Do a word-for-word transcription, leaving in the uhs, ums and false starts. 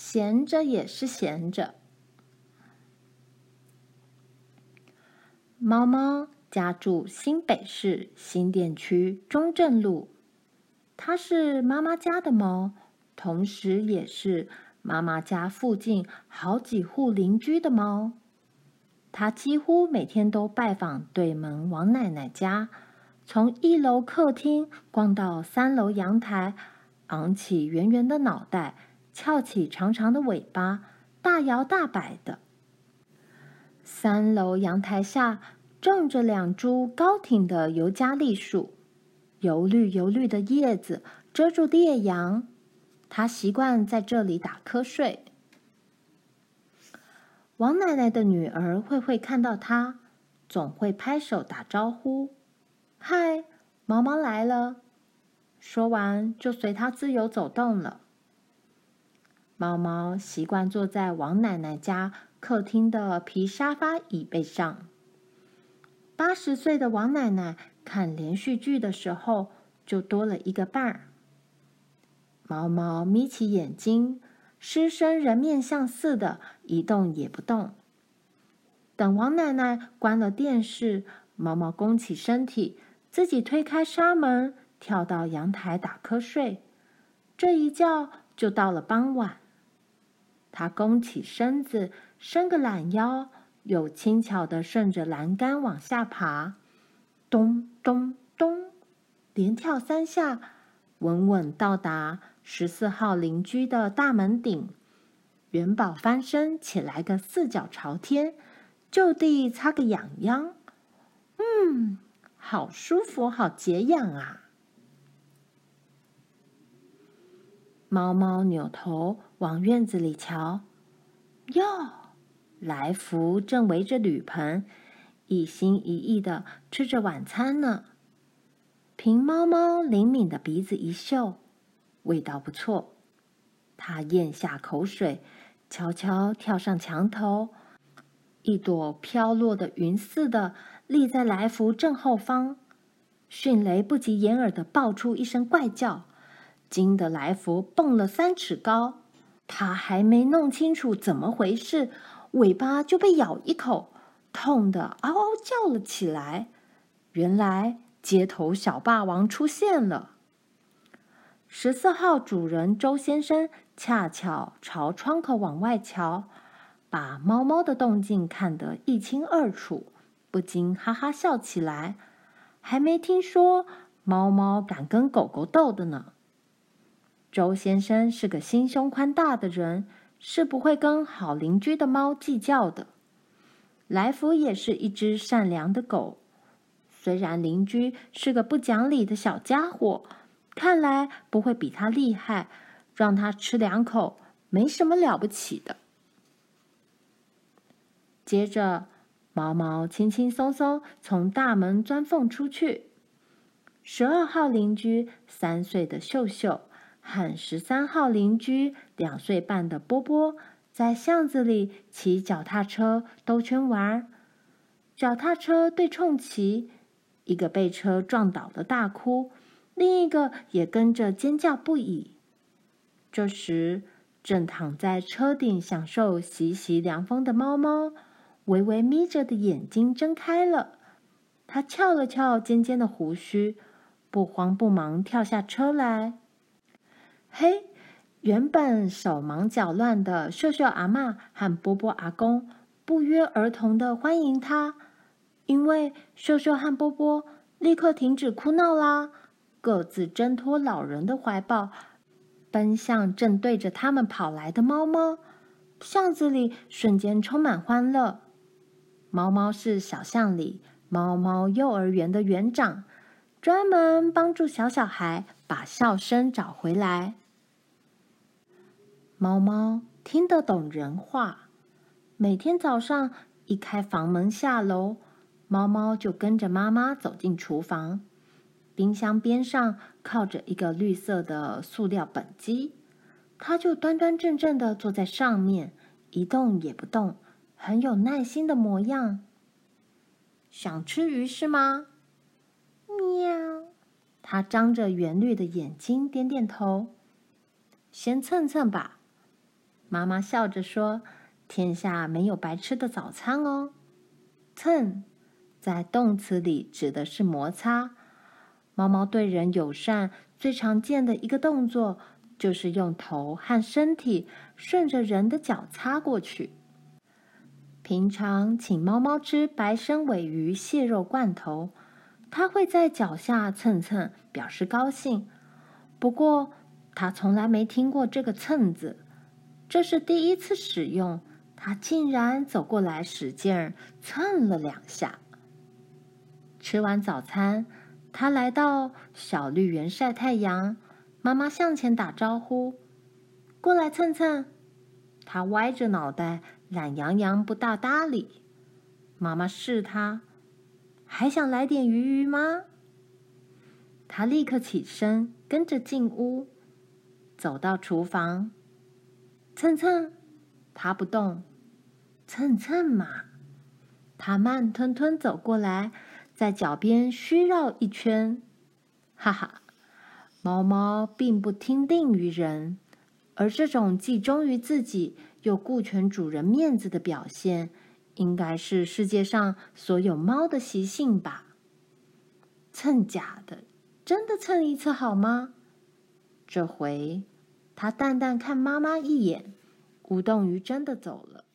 闲着也是闲着。猫猫家住新北市新店区中正路，它是妈妈家的猫，同时也是妈妈家附近好几户邻居的猫。它几乎每天都拜访对门王奶奶家，从一楼客厅逛到三楼阳台，昂起圆圆的脑袋，翘起长长的尾巴，大摇大摆的。三楼阳台下种着两株高挺的尤加利树，油绿油绿的叶子遮住烈阳，它习惯在这里打瞌睡。王奶奶的女儿慧慧看到它，总会拍手打招呼：“嗨，毛毛来了。”说完就随它自由走动了。猫猫习惯坐在王奶奶家客厅的皮沙发椅背上。八十岁的王奶奶看连续剧的时候，就多了一个伴儿。猫猫眯起眼睛，狮身人面像似的一动也不动。等王奶奶关了电视，猫猫弓起身体，自己推开纱门，跳到阳台打瞌睡。这一觉就到了傍晚。它弓起身子，伸个懒腰，又轻巧地顺着栏杆往下爬，咚咚咚，连跳三下，稳稳到达十四号邻居的大门顶。元宝翻身起来个四脚朝天，就地擦个痒痒。嗯，好舒服，好解痒啊！猫猫扭头往院子里瞧，哟，来福正围着铝盆，一心一意地吃着晚餐呢。凭猫猫灵敏的鼻子一嗅，味道不错。它咽下口水，悄悄跳上墙头，一朵飘落的云似的立在来福正后方。迅雷不及掩耳地爆出一声怪叫，惊得来福蹦了三尺高。他还没弄清楚怎么回事，尾巴就被咬一口，痛得嗷嗷叫了起来。原来街头小霸王出现了。十四号主人周先生恰巧朝窗口往外瞧，把猫猫的动静看得一清二楚，不禁哈哈笑起来。还没听说猫猫敢跟狗狗斗的呢。周先生是个心胸宽大的人，是不会跟好邻居的猫计较的。来福也是一只善良的狗，虽然邻居是个不讲理的小家伙，看来不会比他厉害，让他吃两口没什么了不起的。接着，毛毛轻轻松松从大门钻缝出去。十二号邻居三岁的秀秀和十三号邻居两岁半的波波在巷子里骑脚踏车兜圈玩。脚踏车对冲骑，一个被车撞倒了大哭，另一个也跟着尖叫不已。这时，正躺在车顶享受习习凉风的猫猫，微微眯着的眼睛睁开了。它翘了翘尖尖的胡须，不慌不忙跳下车来。嘿，原本手忙脚乱的秀秀阿嬷和波波阿公不约而同的欢迎他，因为秀秀和波波立刻停止哭闹啦，各自挣脱老人的怀抱，奔向正对着他们跑来的猫猫。巷子里瞬间充满欢乐。猫猫是小巷里猫猫幼儿园的园长，专门帮助小小孩把笑声找回来。猫猫听得懂人话，每天早上一开房门下楼，猫猫就跟着妈妈走进厨房。冰箱边上靠着一个绿色的塑料本机，它就端端正正地坐在上面，一动也不动，很有耐心的模样。想吃鱼是吗？喵！它张着圆绿的眼睛，点点头。先蹭蹭吧。 妈妈笑着说：“天下没有白吃的早餐哦。”蹭，在动词里指的是摩擦。猫猫对人友善最常见的一个动作，就是用头和身体顺着人的脚擦过去。平常请猫猫吃白身尾鱼蟹肉罐头，它会在脚下蹭蹭，表示高兴。不过，它从来没听过这个蹭字，这是第一次使用，它竟然走过来使劲儿蹭了两下。吃完早餐，它来到小绿园晒太阳，妈妈向前打招呼：“过来蹭蹭。”它歪着脑袋，懒洋洋不大搭理。妈妈试它：“还想来点鱼鱼吗？”它立刻起身，跟着进屋，走到厨房。蹭蹭，它不动。蹭蹭嘛，它慢吞吞走过来，在脚边虚绕一圈。哈哈，猫猫并不听令于人，而这种既忠于自己又顾全主人面子的表现，应该是世界上所有猫的习性吧？蹭假的，真的蹭一次好吗？这回，它淡淡看妈妈一眼，无动于衷的走了。